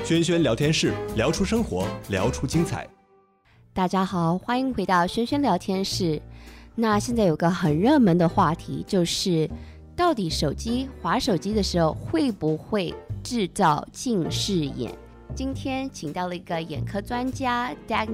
轩轩聊天室，聊出生活，聊出精彩。 大家好，欢迎回到轩轩聊天室。那现在有个很热门的话题，就是到底滑手机的时候会不会制造近视眼？今天请到了一个眼科专家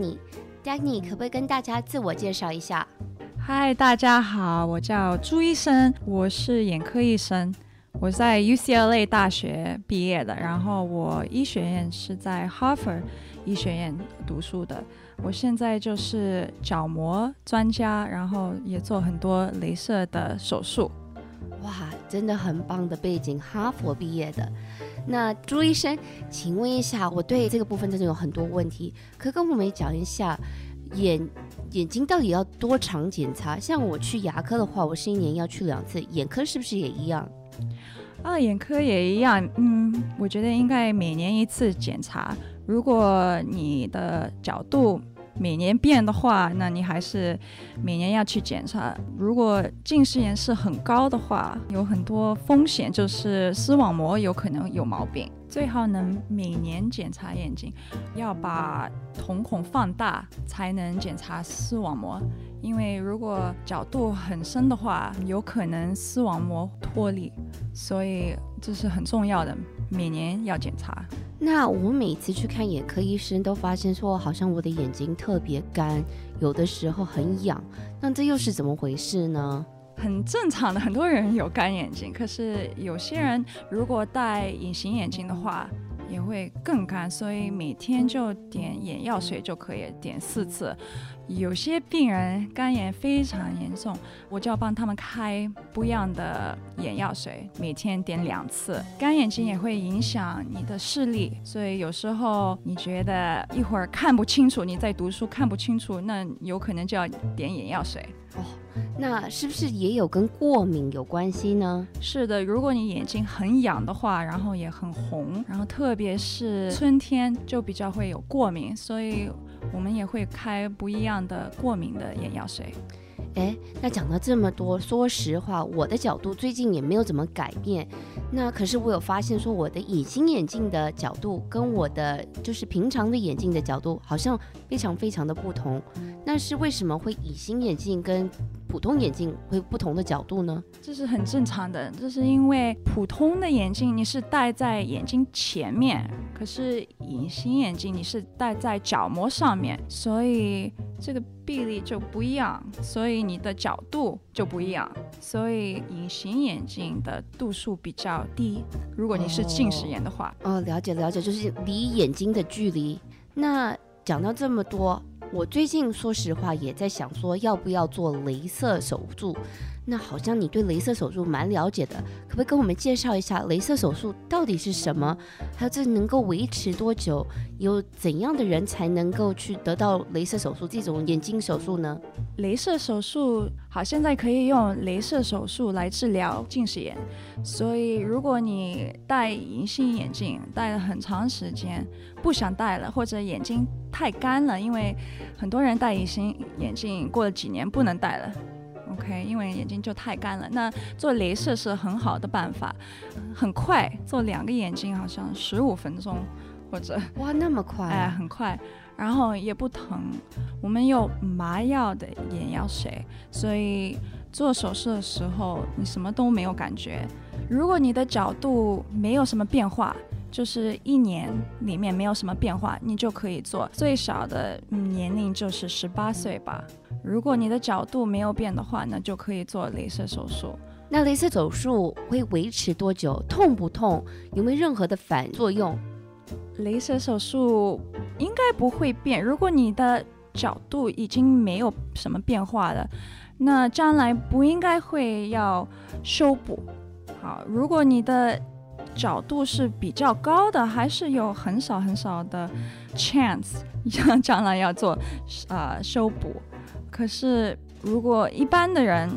Dagny， 可不可以跟大家自我介绍一下？ 嗨，大家好，我叫朱医生，我是眼科医生，我在 UCLA 大学毕业的，然后我医学院是在 Harvard 医学院读书的，我现在就是角膜专家，然后也做很多雷射的手术。 哇，真的很棒的背景，哈佛毕业的。那朱医生，请问一下，我对这个部分真的有很多问题，可跟我们讲一下眼睛到底要多常检查？像我去牙科的话，我是1年要去2次，眼科是不是也一样？ 眼科也一样，我觉得应该每年1次检查。如果你的角度每年变的话，那你还是每年要去检查。如果近视眼是很高的话，有很多风险，就是视网膜有可能有毛病。最好能每年检查眼睛，要把瞳孔放大才能检查视网膜，因为如果角度很深的话，有可能视网膜脱离，所以这是很重要的，每年要检查。 那我每次去看眼科医生都发现说，好像我的眼睛特别干，有的时候很痒，那这又是怎么回事呢？ 很正常的，很多人有干眼睛，可是有些人如果戴隐形眼镜的话也会更干，所以每天就点眼药水就可以，点4次。有些病人干眼非常严重，我就要帮他们开不一样的眼药水，每天点2次。干眼睛也会影响你的视力，所以有时候你觉得一会儿看不清楚，你在读书看不清楚，那有可能就要点眼药水。 那是不是也有跟过敏有关系呢？ 是的，如果你眼睛很痒的话，然后也很红，然后特别是春天就比较会有过敏，所以我们也会开不一样的过敏的眼药水。 那讲到这么多，说实话，我的角度最近也没有怎么改变。那可是我有发现说，我的隐形眼镜的角度跟我的就是平常的眼镜的角度好像非常非常的不同。那是为什么会隐形眼镜跟普通眼镜会不同的角度呢？ 这是很正常的，这是因为普通的眼镜你是戴在眼睛前面，可是隐形眼镜你是戴在角膜上面，所以这个比例就不一样，所以你的角度就不一样，所以隐形眼镜的度数比较低，如果你是近视眼的话。 了解，就是离眼睛的距离。那讲到这么多，我最近说实话也在想说要不要做雷射手术。那好像你对雷射手术蛮了解的，可不可以跟我们介绍一下雷射手术到底是什么？还有这能够维持多久？有怎样的人才能够去得到雷射手术这种眼睛手术呢？ 雷射手术好，现在可以用雷射手术来治疗近视眼，所以如果你戴隐形眼镜戴了很长时间不想戴了，或者眼睛太干了，因为很多人戴隐形眼镜过了几年不能戴了，OK， 因为眼睛就太干了。那做雷射是很好的办法，很快，做2个眼睛好像15分钟，或者哇那么快很快，然后也不疼。我们有麻药的眼药水，所以做手术的时候你什么都没有感觉。如果你的角度没有什么变化，就是1年里面没有什么变化，你就可以做。最少的年龄就是18岁吧。如果你的角度没有变的话，那就可以做雷射手术。 那雷射手术会维持多久？痛不痛？有没有任何的反作用？ 雷射手术应该不会变，如果你的角度已经没有什么变化了，那将来不应该会要修补。好，如果你的角度是比较高的，还是有很少的 chance 将来要做修补。可是如果一般的人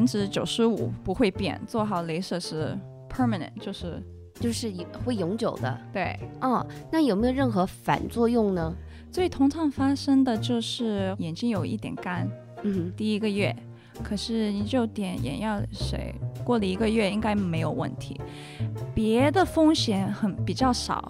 95%不会变，做好雷射是 permanent， 就是会永久的。 对， 那有没有任何反作用呢？ 最通常发生的就是眼睛有一点干，第1个月，可是你就点眼药水，过了1个月应该没有问题。别的风险比较少，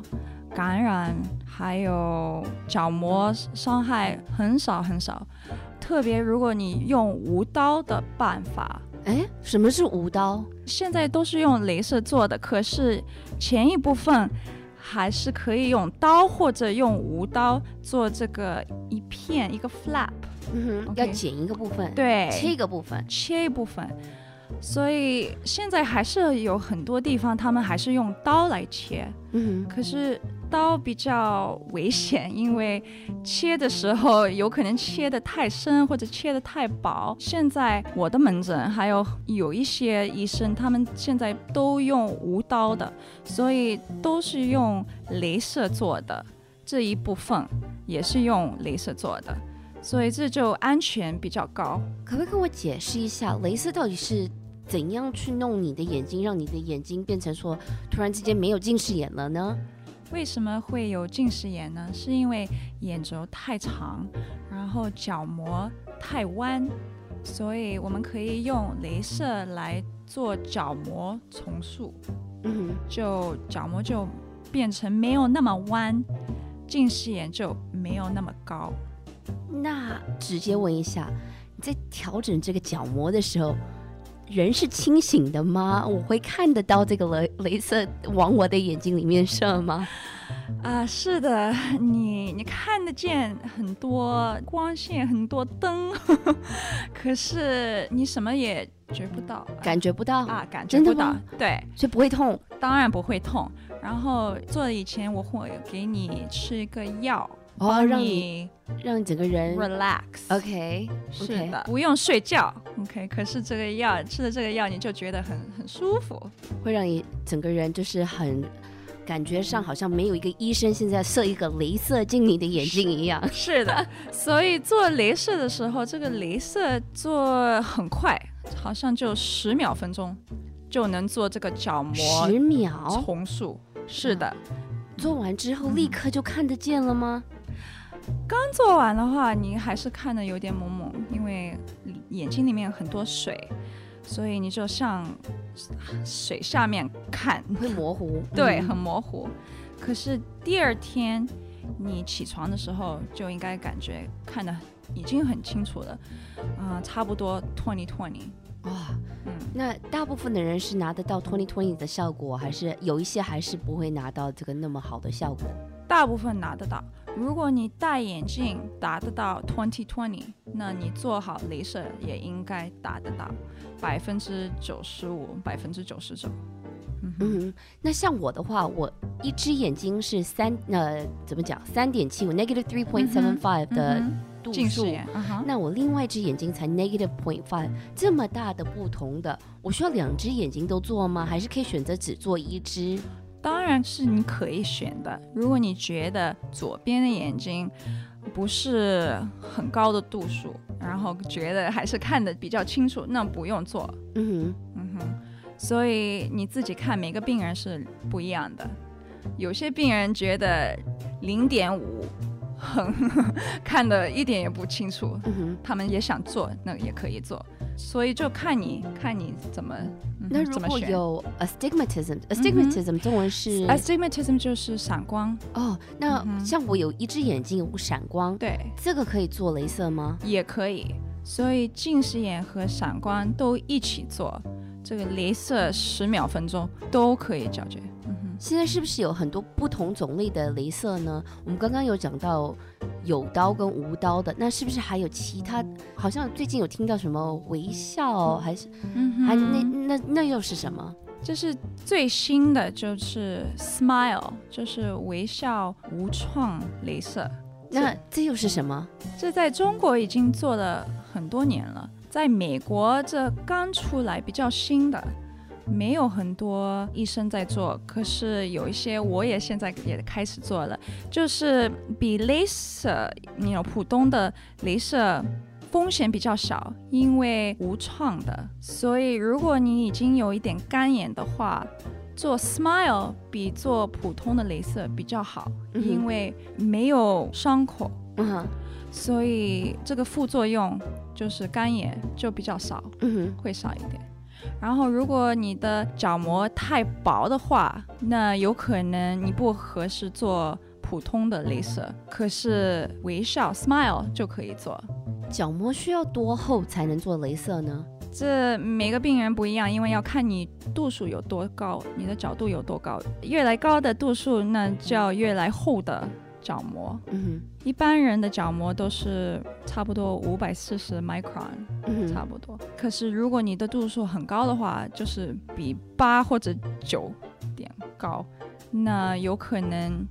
感染还有角膜伤害很少很少，特别如果你用无刀的办法。 哎，什么是无刀？ 现在都是用雷射做的，可是前一部分还是可以用刀或者用无刀做这个一片一个 flap。 Okay. 要剪一个部分， 对， 切一个部分， 切一部分。所以现在还是有很多地方他们还是用刀来切，可是刀比较危险，因为切的时候有可能切得太深或者切得太薄。现在我的门诊还有一些医生，他们现在都用无刀的，所以都是用雷射做的，这一部分也是用雷射做的，所以这就安全比较高。 可不可以跟我解释一下，雷射到底是怎样去弄你的眼睛，让你的眼睛变成说突然之间没有近视眼了呢？ 为什么会有近视眼呢？是因为眼轴太长，然后角膜太弯，所以我们可以用雷射来做角膜重塑，就角膜就变成没有那么弯，近视眼就没有那么高。 那直接问一下，你在调整这个角膜的时候，人是清醒的吗？我会看得到这个雷射往我的眼睛里面射吗？ 是的，你看得见很多光线，很多灯，可是你什么也感觉不到感觉不到，对， 所以不会痛， 当然不会痛。然后做以前我会给你吃一个药， 让你整个人 relax。OK， 是的，不用睡觉。OK， 可是这个药吃了这个药，你就觉得很舒服， 会让你整个人就是很感觉上好像没有一个医生现在射一个雷射进你的眼睛一样。 是的，所以做雷射的时候，这个雷射做很快，好像就10秒分钟就能做这个角膜 10秒重塑。是的， 做完之后立刻就看得见了吗？ 刚做完的话，你还是看得有点蒙蒙，因为眼睛里面很多水，所以你就像水下面看， 会模糊。 对，很模糊。可是第二天你起床的时候，就应该感觉看得已经很清楚了，差不多20/20。 哇，那大部分的人是拿得到20/20的效果，还是有一些还是不会拿到这个那么好的效果？ 大部分拿得到。如果你戴眼镜达得到20/20，那你做好雷射也应该达得到95%、99%。 那像我的话，我一只眼睛是3.7，我 -3.75 的度数，那我另外一只眼睛才 -0.5， 这么大的不同的，我需要2只眼睛都做吗？还是可以选择只做1只？ 当然是你可以选的。如果你觉得左边的眼睛不是很高的度数，然后觉得还是看得比较清楚，那不用做。所以你自己看，每个病人是不一样的。有些病人觉得0.5看得一点也不清楚，他们也想做，那也可以做。所以就看你怎么那如果有 astigmatism 中文是 astigmatism 就是闪光。 那像我有一只眼睛有闪光， 对， 这个可以做雷射吗？ 也可以。所以近视眼和闪光都一起做，这个雷射10秒分钟都可以解决。 现在是不是有很多不同种类的雷射呢？我们刚刚有讲到有刀跟无刀的，那是不是还有其他？好像最近有听到什么微笑，还是那又是什么？ 这是最新的，就是 Smile， 就是微笑无创雷射。 那这又是什么？ 这在中国已经做了很多年了，在美国这刚出来比较新的。没有很多医生在做，可是有一些我也现在也开始做了，就是比雷射普通的雷射风险比较小，因为无创的，所以如果你已经有一点干眼的话，做 Smile 比做普通的雷射比较好，因为没有伤口，所以这个副作用就是干眼就比较少，会少一点。 然后如果你的角膜太薄的话，那有可能你不合适做普通的雷射，可是微笑 smile 就可以做。 角膜需要多厚才能做雷射呢？ 这每个病人不一样，因为要看你度数有多高，你的角度有多高，越来高的度数那就要越来厚的角膜。一般人的角膜都是差不多540 micron，差不多。可是如果你的度数很高的话，就是比8或者9点高，那有可能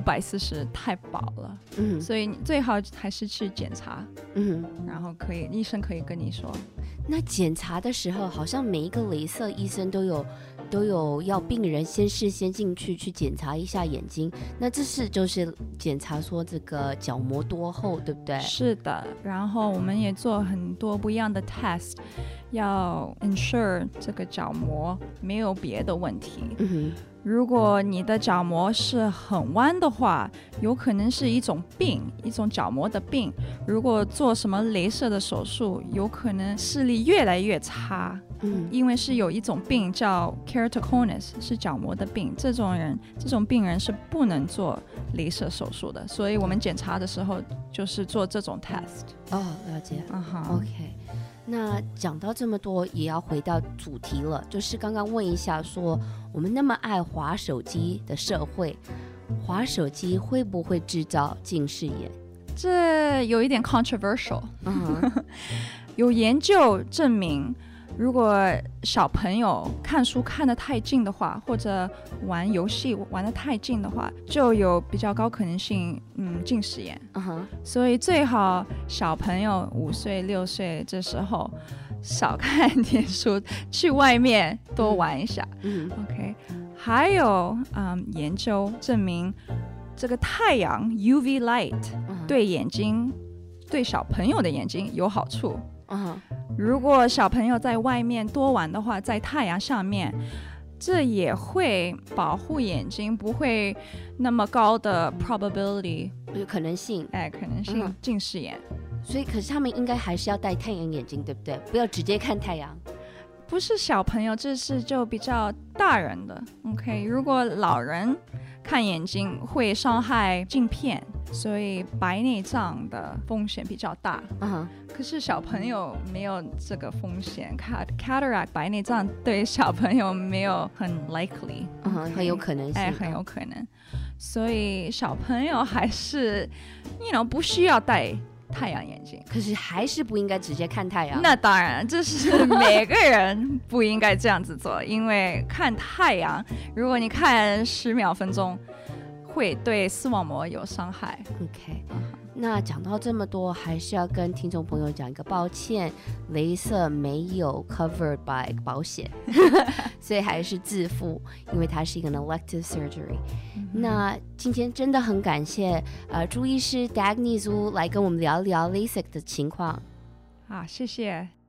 540太薄了，所以你最好还是去检查，然后医生可以跟你说。 那检查的时候，好像每一个雷射医生都有要病人事先进去检查一下眼睛，那这是就是检查说这个角膜多厚，对不对？ 是的，然后我们也做很多不一样的 test， 要 ensure 这个角膜没有别的问题。如果你的角膜是很弯的话，有可能是一种病，一种角膜的病。如果做什么雷射的手术，有可能视力越来越差。因为是有一种病叫 keratoconus， 是角膜的病，这种病人是不能做雷射手术的，所以我们检查的时候就是做这种 test。 了解。OK。那讲到这么多，也要回到主题了，就是刚刚问一下说，我们那么爱滑手机的社会，滑手机会不会制造近视眼？ 这有一点 controversial。有研究证明，如果小朋友看书看得太近的话，或者玩游戏玩得太近的话，就有比较高可能性近视眼。所以最好小朋友5岁6岁这时候少看点书，去外面多玩一下。OK， 还有研究证明这个太阳 UV light 对眼睛，对小朋友的眼睛有好处。如果小朋友在外面多玩的话，在太阳上面，这也会保护眼睛，不会那么高的 probability， 有可能性近视眼。 所以可是他们应该还是要戴太阳眼镜，对不对？不要直接看太阳。 不是小朋友，这是就比较大人的。OK， 如果老人看眼睛会伤害镜片，所以白内障的风险比较大。可是小朋友没有这个风险，cataract 白内障对小朋友没有很 likely， 很有可能性， 很有可能。所以小朋友还是不需要戴太阳眼镜， 可是还是不应该直接看太阳。 那当然，这是每个人不应该这样子做，因为看太阳，如果你看10分钟，会对视网膜有伤害。 OK， 那讲到这么多，还是要跟听众朋友讲一个抱歉，雷射没有 covered by 保险，所以还是自付，因为它是一个 elective surgery。那今天真的很感谢朱医师 Dagny Zhu 来跟我们聊聊 LASIK 的情况。 谢谢。